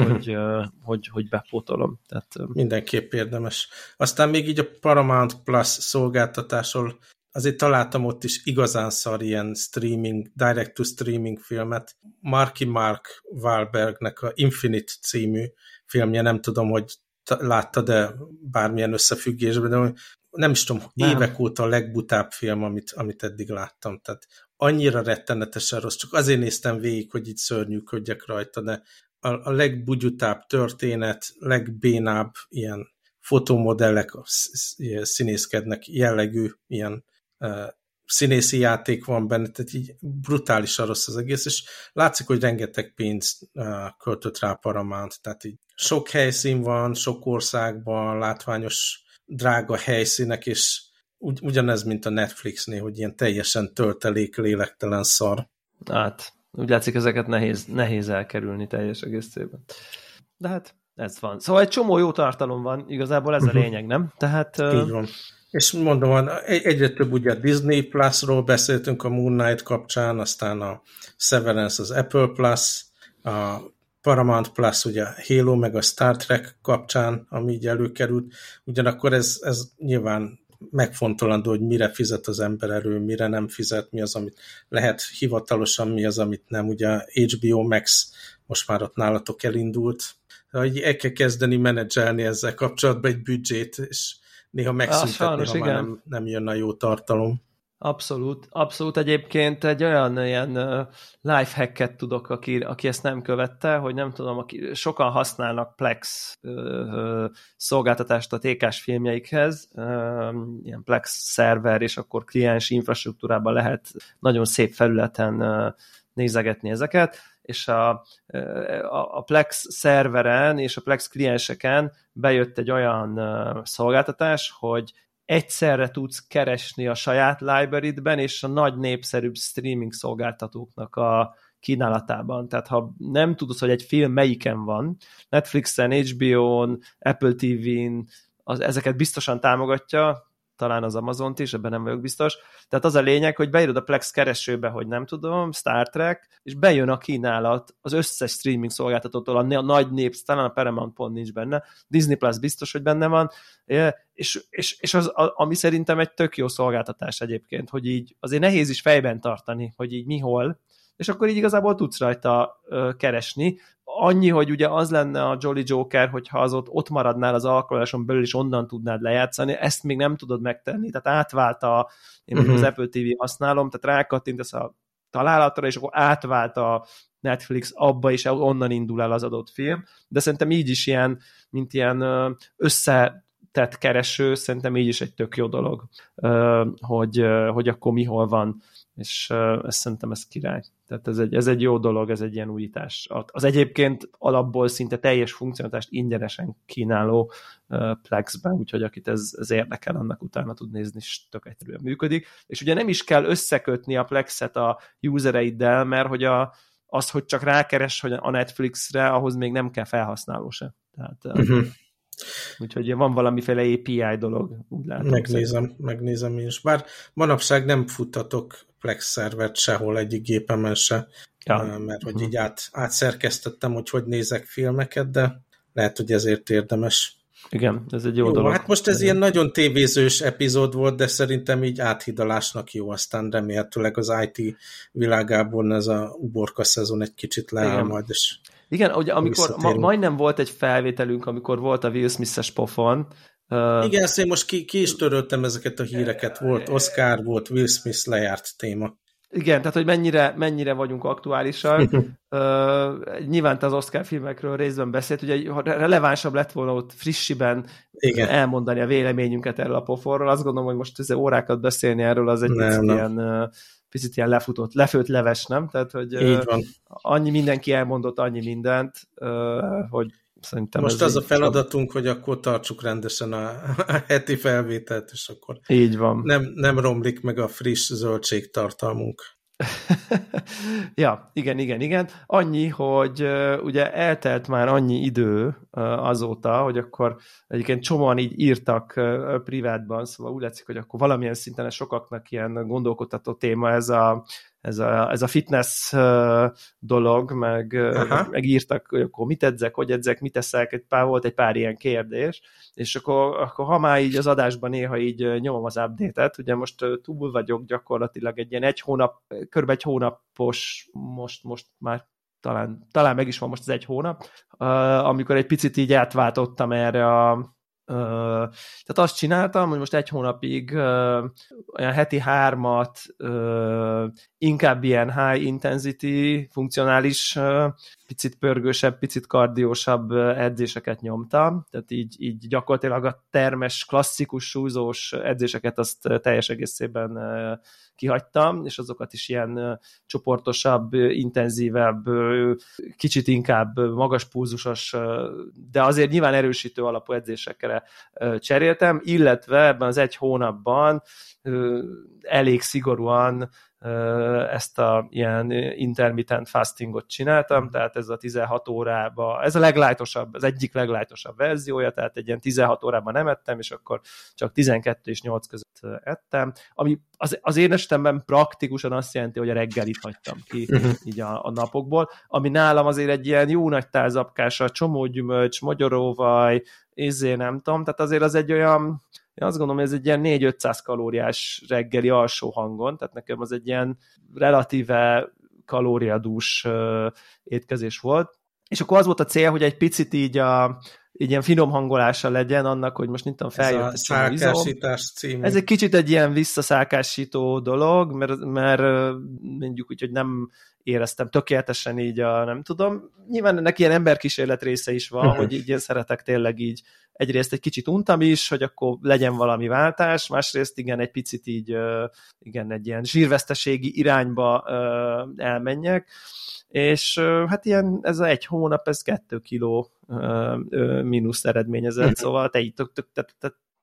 hogy bepótolom. Tehát, mindenképp érdemes. Aztán még így a Paramount Plus szolgáltatásról azért találtam ott is igazán szar ilyen streaming, direct-to-streaming filmet. Mark Wahlbergnek a Infinite című filmje, nem tudom, hogy láttad-e bármilyen összefüggésben, de nem is tudom, évek óta a legbutább film, amit eddig láttam. Tehát annyira rettenetesen rossz, csak azért néztem végig, hogy itt szörnyűködjek rajta, de a legbugyutább történet, legbénább ilyen fotomodellek színészkednek jellegű, ilyen színészi játék van benne, tehát így brutálisan rossz az egész, és látszik, hogy rengeteg pénzt költött rá Paramount, tehát így sok helyszín van, sok országban, látványos, drága helyszínek, és ugyanez, mint a Netflixnél, hogy ilyen teljesen töltelék, lélektelen szar. Hát, úgy látszik, ezeket nehéz elkerülni teljes egészében. De hát ez van. Szóval egy csomó jó tartalom van, igazából ez a lényeg, nem? Tehát... Így van. És mondom, egyre több ugye a Disney Plus-ról beszéltünk a Moon Knight kapcsán, aztán a Severance az Apple Plus, a Paramount Plus ugye a Halo meg a Star Trek kapcsán, ami így előkerült. Ugyanakkor ez nyilván megfontolandó, hogy mire fizet az ember elő, mire nem fizet, mi az, amit lehet hivatalosan, mi az, amit nem. Ugye HBO Max most már ott nálatok elindult. El kell kezdeni menedzselni ezzel kapcsolatban egy büdzsét, és néha megszüntetni, ha már nem jön a jó tartalom. Abszolút egyébként egy olyan ilyen lifehacket tudok, aki ezt nem követte, hogy nem tudom, sokan használnak Plex szolgáltatást a TK-s filmjeikhez, ilyen Plex szerver, és akkor kliens infrastruktúrában lehet nagyon szép felületen nézegetni ezeket, és a Plex szerveren és a Plex klienseken bejött egy olyan szolgáltatás, hogy egyszerre tudsz keresni a saját library-ben és a nagy népszerűbb streaming szolgáltatóknak a kínálatában. Tehát ha nem tudod, hogy egy film melyiken van, Netflixen, HBO-n, Apple TV-n, ezeket biztosan támogatja, talán az Amazont is, ebben nem vagyok biztos. Tehát az a lényeg, hogy beírod a Plex keresőbe, hogy nem tudom, Star Trek, és bejön a kínálat az összes streaming szolgáltatótól, a nagy nép, talán a Paramount pont nincs benne, Disney Plus biztos, hogy benne van, és az, ami szerintem egy tök jó szolgáltatás egyébként, hogy így azért nehéz is fejben tartani, hogy így mi hol, és akkor így igazából tudsz rajta keresni. Annyi, hogy ugye az lenne a Jolly Joker, hogyha az ott maradnál az alkalmazáson belül, és onnan tudnád lejátszani, ezt még nem tudod megtenni, tehát átvált én az Apple TV használom, tehát rákattintasz a találatra, és akkor átvált a Netflix abba, és onnan indul el az adott film, de szerintem így is ilyen, mint ilyen összetett kereső, szerintem így is egy tök jó dolog, hogy akkor mi hol van, és szerintem ez király. Tehát ez egy jó dolog, ez egy ilyen újítás. Az egyébként alapból szinte teljes funkcionalitást ingyenesen kínáló Plexben, úgyhogy akit ez érdekel, annak utána tud nézni, és tök egyszerűen működik. És ugye nem is kell összekötni a Plexet a usereiddel, mert hogy az, hogy csak rákeres hogy a Netflixre, ahhoz még nem kell felhasználó se. Tehát, úgyhogy van valamiféle API dolog, úgy látom. Megnézem én is. Bár manapság nem futtatok Plex szervert sehol egyik gépemen se, mert hogy így átszerkesztettem, hogy nézek filmeket, de lehet, hogy ezért érdemes. Igen, ez egy jó dolog. Hát most ez ilyen nagyon tévézős epizód volt, de szerintem így áthidalásnak jó, aztán remélhetőleg az IT világában ez a uborka szezon egy kicsit leáll majd, és igen, ugye amikor majdnem volt egy felvételünk, amikor volt a Will Smith-es pofon. Igen, én most ki is töröltem ezeket a híreket. Volt Oscar, volt Will Smith lejárt téma. Igen, tehát hogy mennyire vagyunk aktuálisak. Nyilván te az Oscar filmekről részben beszélt, ugye relevánsabb lett volna ott frissiben elmondani a véleményünket erről a pofonról. Azt gondolom, hogy most órákat beszélni erről, az egy picit ilyen lefőtt leves, nem? Tehát, hogy annyi mindenki elmondott annyi mindent, hogy szerintem most az a feladatunk, hogy akkor tartsuk rendesen a heti felvételt, és akkor így van. Nem romlik meg a friss zöldségtartalmunk. Ja, igen. Annyi, hogy ugye eltelt már annyi idő azóta, hogy akkor egyébként csomóan így írtak privátban, szóval úgy látszik, hogy akkor valamilyen szinten sokaknak ilyen gondolkodtató téma ez a fitness dolog, meg írtak, hogy akkor mit edzek, hogy edzek, mit eszek, volt egy pár ilyen kérdés, és akkor ha már így az adásban néha így nyomom az update-et, ugye most túl vagyok gyakorlatilag egy ilyen kb. Egy hónapos, most már talán meg is van most az egy hónap, amikor egy picit így átváltottam erre tehát azt csináltam, hogy most egy hónapig olyan heti 3, inkább ilyen high intensity, funkcionális, picit pörgősebb, picit kardiósabb edzéseket nyomtam, tehát így gyakorlatilag a termes, klasszikus súlyzós edzéseket azt teljes egészében kihagytam, és azokat is ilyen csoportosabb, intenzívebb, kicsit inkább magas pulzusos, de azért nyilván erősítő alapú edzésekre cseréltem, illetve ebben az egy hónapban elég szigorúan ezt a ilyen intermittent fastingot csináltam, tehát ez a 16 órában, ez a leglájtosabb, az egyik leglájtosabb verziója, tehát egy ilyen 16 órában nem ettem, és akkor csak 12 és 8 között ettem, ami az én esetemben praktikusan azt jelenti, hogy a reggelit hagytam ki így a napokból, ami nálam azért egy ilyen jó nagy tálzapkás, csomó gyümölcs, magyaróvaj, nem tudom, tehát azért az egy olyan, én azt gondolom, hogy ez egy ilyen 400-500 kalóriás reggeli alsó hangon, tehát nekem az egy ilyen relatíve kalóriadús étkezés volt. És akkor az volt a cél, hogy egy picit így ilyen finom hangolása legyen annak, hogy most nem feljött ez a szálkásítás című. Ez egy kicsit egy ilyen visszaszálkásító dolog, mert mondjuk úgy, hogy nem éreztem tökéletesen így nem tudom. Nyilván ennek ilyen emberkísérlet része is van, hogy így én szeretek tényleg így egyrészt egy kicsit untam is, hogy akkor legyen valami váltás, másrészt igen, egy picit így egy ilyen zsírveszteségi irányba elmenjek, és hát ilyen ez a egy hónap, ez 2 kiló mínusz eredményezett, szóval te így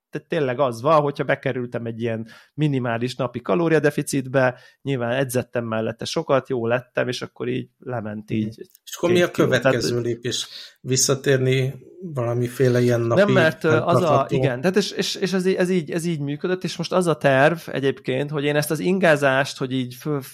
tényleg az van, hogyha bekerültem egy ilyen minimális napi kalóriadeficitbe, nyilván edzettem mellette sokat, jó lettem, és akkor így lement így. És akkor mi a következő lépés? Visszatérni valamiféle ilyen napi... Nem, mert igen, tehát és ez így működött, és most az a terv egyébként, hogy én ezt az ingázást, hogy így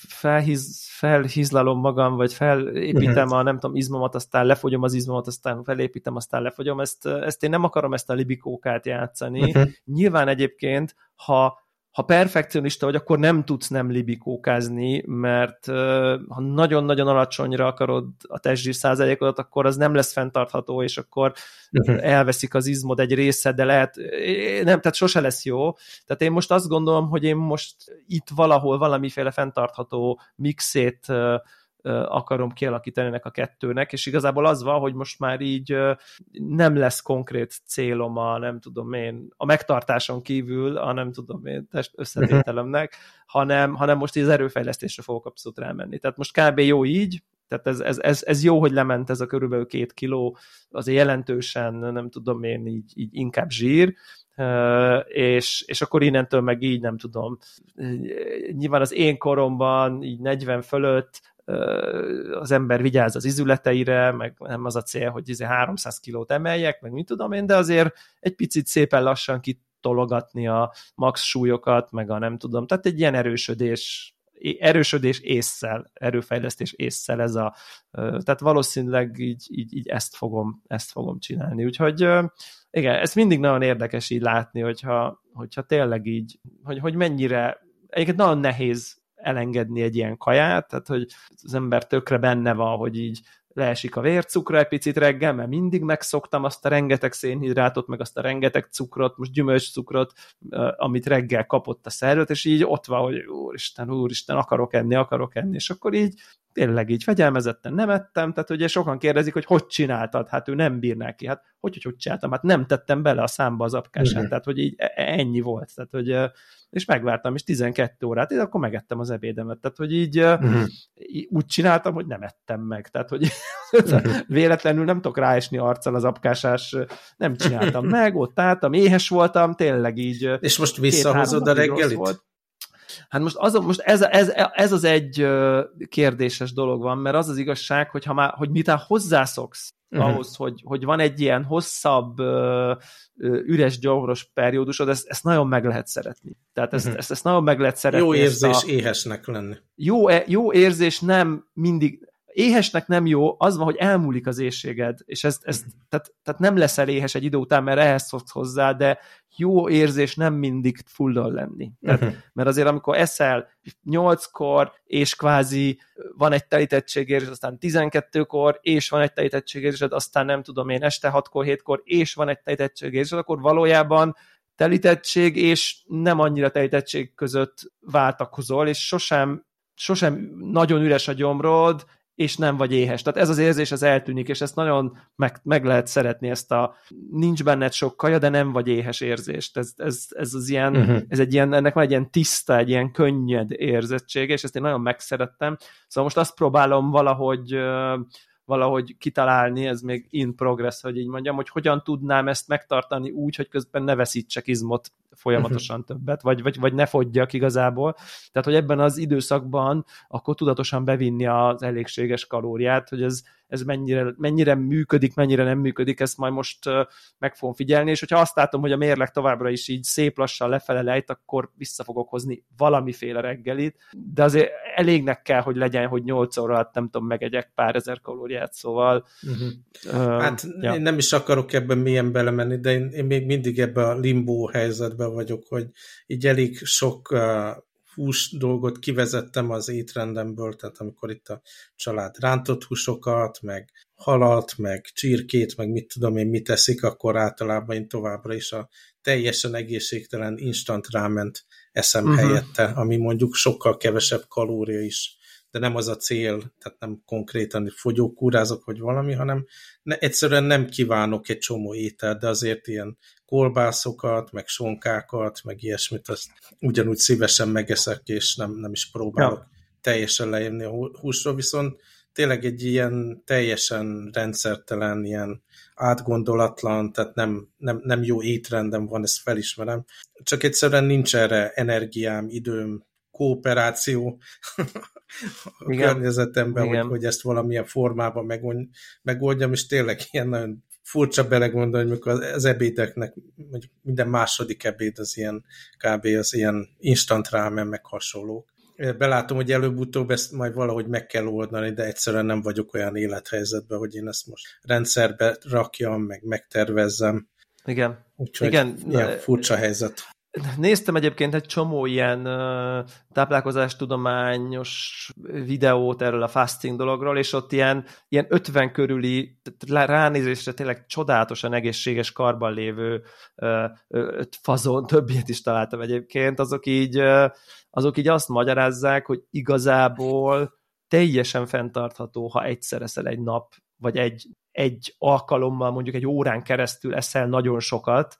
felhizlalom magam, vagy felépítem a, nem tudom, izmomat, aztán lefogyom az izmomat, aztán felépítem, aztán lefogyom, ezt én nem akarom ezt a libikókát játszani. Nyilván egyébként, ha perfekcionista vagy, akkor nem tudsz nem libikókázni, mert ha nagyon-nagyon alacsonyra akarod a testzsír százalékodat, akkor az nem lesz fenntartható, és akkor elveszik az izmod egy része, de lehet, nem, tehát sose lesz jó. Tehát én most azt gondolom, hogy én most itt valahol valamiféle fenntartható mixét akarom kialakítani ennek a kettőnek, és igazából az van, hogy most már így nem lesz konkrét célom a megtartáson kívül, a nem tudom én test összetételemnek, hanem most így az erőfejlesztésre fogok abszolút rámenni. Tehát most kb. Jó így, tehát ez jó, hogy lement ez a körülbelül 2 kiló, azért jelentősen, nem tudom én, így inkább zsír, és akkor innentől meg így, nem tudom, nyilván az én koromban, így 40 fölött az ember vigyáz az izületeire, meg nem az a cél, hogy 300 kilót emeljek, meg mit tudom én, de azért egy picit szépen lassan kitologatni a max súlyokat, meg a nem tudom, tehát egy ilyen erősödés ésszel, erőfejlesztés ésszel ez tehát valószínűleg így ezt fogom csinálni. Úgyhogy igen, ez mindig nagyon érdekes így látni, hogyha tényleg így, hogy mennyire, egyébként nagyon nehéz elengedni egy ilyen kaját, tehát hogy az ember tökre benne van, hogy így leesik a vércukra egy picit reggel, mert mindig megszoktam azt a rengeteg szénhidrátot, meg azt a rengeteg cukrot, most gyümölcscukrot, amit reggel kapott a szervezet, és így ott van, hogy úristen, akarok enni, és akkor így tényleg így fegyelmezetten nem ettem, tehát ugye sokan kérdezik, hogy csináltad, hát ő nem bírná ki, hát hogy csináltam, hát nem tettem bele a számba az apkását, tehát hogy így ennyi volt, tehát hogy és megvártam, és 12 órát, és akkor megettem az ebédemet, tehát hogy így úgy csináltam, hogy nem ettem meg, tehát hogy véletlenül nem tudok ráesni arccal az apkásás, nem csináltam meg, ott álltam, éhes voltam, tényleg így. És most visszahozod a reggelit? Hát most ez az egy kérdéses dolog van, mert az igazság, hogy miután hozzászoksz ahhoz, hogy van egy ilyen hosszabb üres gyomros periódusod, ezt nagyon meg lehet szeretni. Tehát ezt nagyon meg lehet szeretni. Jó érzés éhesnek lenni. Jó érzés nem mindig, éhesnek nem jó, az van, hogy elmúlik az éhséged, és tehát nem leszel éhes egy idő után, mert ehhez szoksz hozzá, de jó érzés nem mindig fullon lenni. Tehát, mert azért amikor eszel 8-kor, és kvázi van egy telítettségérzés, aztán 12-kor, és van egy telítettségérzésed, aztán nem tudom én, este 6-kor, 7-kor, és van egy telítettségérzésed, akkor valójában telítettség és nem annyira telítettség között váltakozol, és sosem nagyon üres a gyomrod, és nem vagy éhes. Tehát ez az érzés, ez eltűnik, és ezt nagyon meg lehet szeretni, ezt a nincs benned sok kaja, de nem vagy éhes érzést. Ez az ilyen, ez egy ilyen, ennek van egy ilyen tiszta, egy ilyen könnyed érzettség, és ezt én nagyon megszerettem. Szóval most azt próbálom valahogy kitalálni, ez még in progress, hogy így mondjam, hogy hogyan tudnám ezt megtartani úgy, hogy közben ne veszítsek izmot folyamatosan többet, vagy ne fogyjak igazából. Tehát, hogy ebben az időszakban akkor tudatosan bevinni az elégséges kalóriát, hogy ez mennyire működik, mennyire nem működik, ezt majd most meg fogom figyelni, és hogyha azt látom, hogy a mérleg továbbra is így szép lassan lefele lejt, akkor vissza fogok hozni valamiféle reggelit, de azért elégnek kell, hogy legyen, hogy 8 óra alatt nem tudom, megegyek pár ezer kalóriát, szóval... Én nem is akarok ebben mélyen belemenni, de én még mindig ebben a limbo helyzetben vagyok, hogy így elég sok hús dolgot kivezettem az étrendemből, tehát amikor itt a család rántott húsokat, meg halat, meg csirkét, meg mit tudom én, mit eszik, akkor általában én továbbra is a teljesen egészségtelen instant ráment eszem helyette, ami mondjuk sokkal kevesebb kalória is, de nem az a cél, tehát nem konkrétan fogyókúrázok, vagy valami, hanem egyszerűen nem kívánok egy csomó ételt, de azért ilyen kolbászokat, meg sonkákat, meg ilyesmit, azt ugyanúgy szívesen megeszek, és nem is próbálok teljesen leérni a húsról, viszont tényleg egy ilyen teljesen rendszertelen, ilyen átgondolatlan, tehát nem jó étrendem van, ezt felismerem. Csak egyszerűen nincs erre energiám, időm, kooperáció a környezetemben, hogy ezt valamilyen formában megoldjam, és tényleg ilyen nagyon furcsa belegondolni, hogy mikor az ebédeknek, mondjuk minden második ebéd az ilyen kb. Az ilyen instant ramen, meg hasonlók. Belátom, hogy előbb-utóbb ezt majd valahogy meg kell oldani, de egyszerűen nem vagyok olyan élethelyzetben, hogy én ezt most rendszerbe rakjam, meg megtervezzem. Igen. Úgyhogy ilyen furcsa helyzet. Néztem egyébként egy csomó ilyen táplálkozástudományos videót erről a fasting dologról, és ott ilyen 50 körüli, ránézésre tényleg csodálatosan egészséges karban lévő fazon, több ilyet is találtam egyébként, azok így azt magyarázzák, hogy igazából teljesen fenntartható, ha egyszer eszel egy nap, vagy egy alkalommal, mondjuk egy órán keresztül eszel nagyon sokat,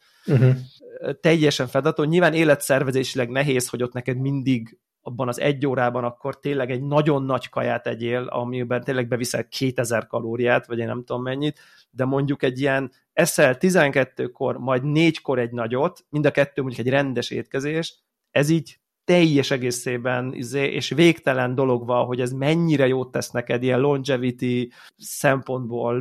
teljesen fenntartható. Nyilván életszervezésileg nehéz, hogy ott neked mindig abban az egy órában akkor tényleg egy nagyon nagy kaját egyél, amiben tényleg beviszel 2000 kalóriát, vagy én nem tudom mennyit, de mondjuk egy ilyen eszel 12-kor, majd 4-kor egy nagyot, mind a kettő mondjuk egy rendes étkezés, ez így teljes egészében, és végtelen dolog van, hogy ez mennyire jót tesz neked ilyen longevity szempontból,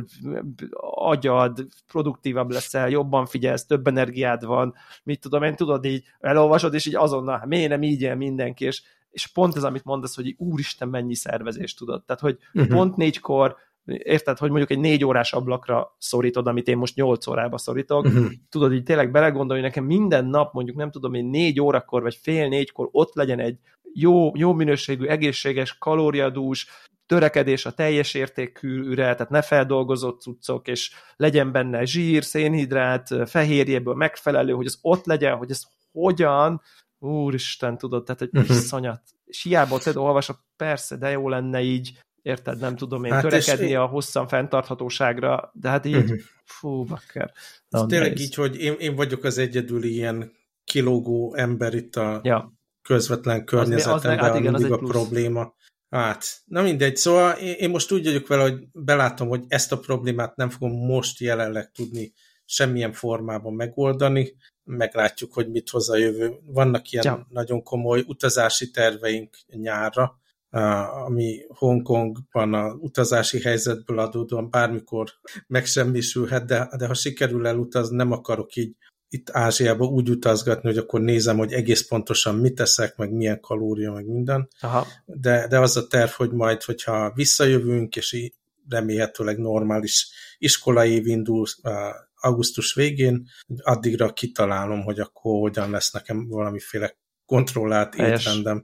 agyad, produktívabb leszel, jobban figyelsz, több energiád van, mit tudom én, tudod, így elolvasod, és így azonnal, miért nem így él mindenki, és pont ez, amit mondasz, hogy úristen, mennyi szervezést tudod. Tehát, hogy pont 4-kor érted, hogy mondjuk egy 4 órás ablakra szorítod, amit én most 8 órába szorítok, tudod így tényleg belegondolni, nekem minden nap mondjuk nem tudom én 4 órakor, vagy fél 4-kor ott legyen egy jó minőségű, egészséges, kalóriadús törekedés a teljes értékűre, tehát ne feldolgozott cuccok, és legyen benne zsír, szénhidrát, fehérjéből megfelelő, hogy az ott legyen, hogy ez hogyan, úristen, tudod, tehát egy iszonyat. És hiába te olvasod, persze, de jó lenne így, érted, nem tudom én, törekedni a hosszan fenntarthatóságra, de hát így, fú, bakker. Tényleg így, hogy én vagyok az egyedüli ilyen kilógó ember itt a közvetlen környezetemben, mindig a probléma. Na mindegy, szóval én most úgy vagyok vele, hogy belátom, hogy ezt a problémát nem fogom most jelenleg tudni semmilyen formában megoldani, meglátjuk, hogy mit hoz a jövő. Vannak ilyen nagyon komoly utazási terveink nyárra, ami Hongkongban a utazási helyzetből adódóan bármikor megsemmisülhet, de ha sikerül elutazni, nem akarok így itt Ázsiába úgy utazgatni, hogy akkor nézem, hogy egész pontosan mit teszek, meg milyen kalória, meg minden. De az a terv, hogy majd, hogyha visszajövünk, és remélhetőleg normális iskolaév indul augusztus végén, addigra kitalálom, hogy akkor hogyan lesz nekem valamiféle kontrollált étrendem.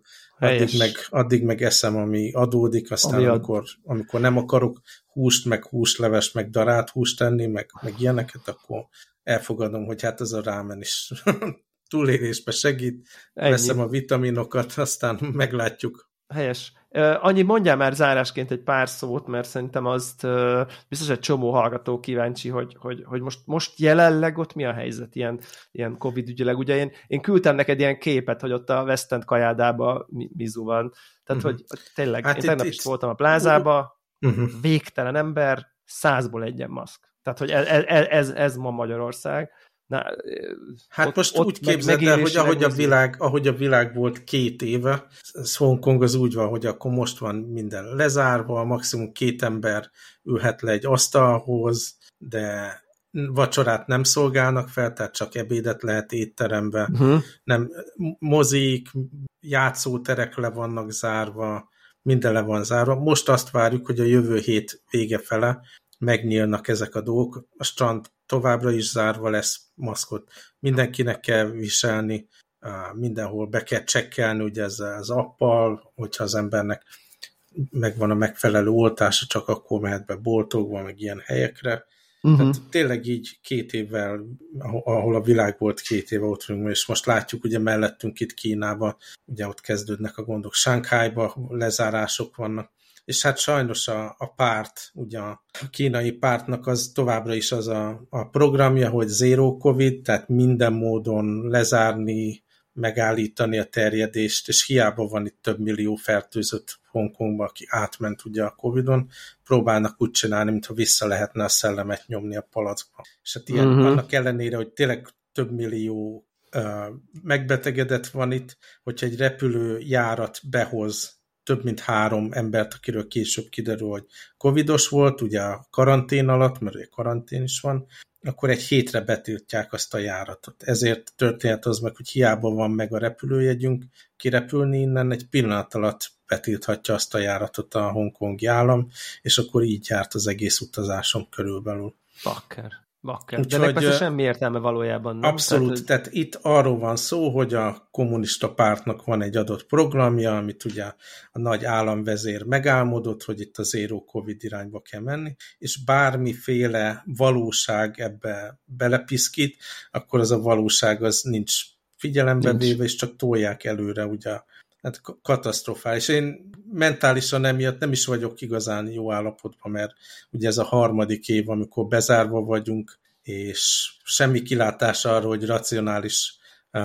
Addig meg eszem, ami adódik, aztán amikor nem akarok húst, meg húsleves, meg darált húst tenni, meg ilyeneket, akkor elfogadom, hogy hát ez a rámen is túlélésbe segít, veszem a vitaminokat, aztán meglátjuk. Helyes. Annyi mondjál már zárásként egy pár szót, mert szerintem azt biztos egy csomó hallgató kíváncsi, hogy most jelenleg ott mi a helyzet ilyen Covid ügyileg. Ugye én küldtem neked ilyen képet, hogy ott a West End kajádában mizu van. Tehát, hogy tényleg, hát én tegnap is voltam a plázába, végtelen ember, 100-ból egyen maszk. Tehát, hogy ez ma Magyarország. Hát most úgy képzeld el, hogy ahogy a világ volt 2 éve, ez Hongkong az úgy van, hogy akkor most van minden lezárva, maximum 2 ember ülhet le egy asztalhoz, de vacsorát nem szolgálnak fel, tehát csak ebédet lehet étterembe. Nem, mozik, játszóterek le vannak zárva, minden le van zárva. Most azt várjuk, hogy a jövő hét vége fele megnyílnak ezek a dolgok. A strand továbbra is zárva lesz, maszkot mindenkinek kell viselni, mindenhol be kell csekkelni, ugye ezzel az appal, hogyha az embernek megvan a megfelelő oltása, csak akkor mehet be boltokba, meg ilyen helyekre. Tehát tényleg így 2 évvel, ahol a világ volt 2 éve, ott vagyunk, és most látjuk, ugye mellettünk itt Kínában, ugye ott kezdődnek a gondok, Sánkhájban lezárások vannak, és hát sajnos a párt, ugye a kínai pártnak az továbbra is az a programja, hogy zero Covid, tehát minden módon lezárni, megállítani a terjedést, és hiába van itt több millió fertőzött Hongkongba, aki átment ugye a Covid-on, próbálnak úgy csinálni, mintha vissza lehetne a szellemet nyomni a palackba. És hát ilyen, annak ellenére, hogy tényleg több millió megbetegedett van itt, hogyha egy repülőjárat behoz több mint 3 embert, akiről később kiderül, hogy covidos volt, ugye a karantén alatt, mert ugye karantén is van, akkor egy hétre betiltják azt a járatot. Ezért történt az meg, hogy hiába van meg a repülőjegyünk, kirepülni innen egy pillanat alatt betilthatja azt a járatot a hongkongi állam, és akkor így járt az egész utazásom körülbelül. Bakker. De ennek persze semmi értelme valójában. Nem? Abszolút, tehát itt arról van szó, hogy a kommunista pártnak van egy adott programja, amit ugye a nagy államvezér megálmodott, hogy itt a zéró Covid irányba kell menni, és bármiféle valóság ebbe belepiszkít, akkor az a valóság az nincs figyelembe véve, és csak tolják előre, ugye. Hát katasztrofális. Én mentálisan emiatt nem is vagyok igazán jó állapotban, mert ugye ez a 3. év, amikor bezárva vagyunk, és semmi kilátás arra, hogy racionális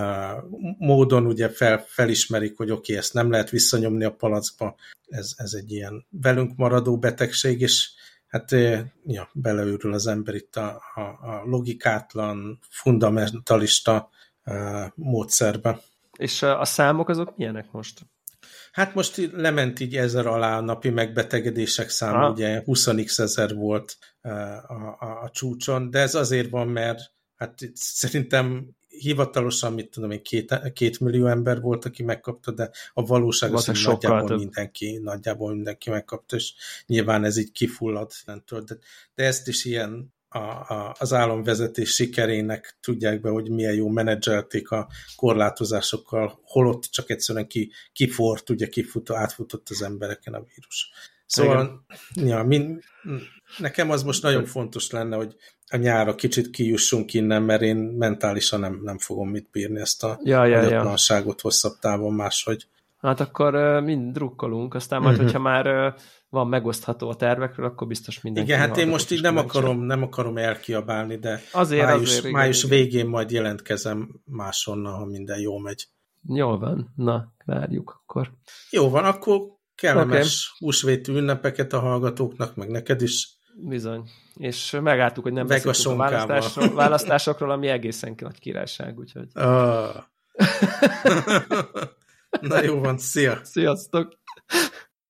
módon ugye felismerik, hogy oké, ezt nem lehet visszanyomni a palackba. Ez egy ilyen velünk maradó betegség, és hát beleőrül az ember itt a logikátlan, fundamentalista módszerbe. És a számok azok milyenek most? Hát most lement így 1000 alá a napi megbetegedések száma, ugye 20x ezer volt a csúcson, de ez azért van, mert hát szerintem hivatalosan, mit tudom én, 2 millió ember volt, aki megkapta, de a valóság az, hogy nagyjából mindenki megkapta, és nyilván ez így kifullad. De ezt is ilyen az államvezetés sikerének tudják be, hogy milyen jó menedzselték a korlátozásokkal, holott csak egyszerűen kifort, ugye átfutott az embereken a vírus. Szóval nekem az most nagyon fontos lenne, hogy a nyárra kicsit kijussunk innen, mert én mentálisan nem fogom mit bírni ezt a nagyotlanságot hosszabb távon máshogy. Hát akkor mind drukkolunk, aztán majd, hogyha már van megosztható a tervekről, akkor biztos mindenki. Igen, hát én most így nem akarom elkiabálni, de azért, május végén majd jelentkezem máshonnan, ha minden jól megy. Jól van, na, várjuk akkor. Jó van, akkor kellemes húsvéti ünnepeket a hallgatóknak, meg neked is. Bizony. És megálltuk, hogy nem beszéltünk a választásokról, ami egészen nagy királyság, úgyhogy... Na jó van, szia! Sziasztok!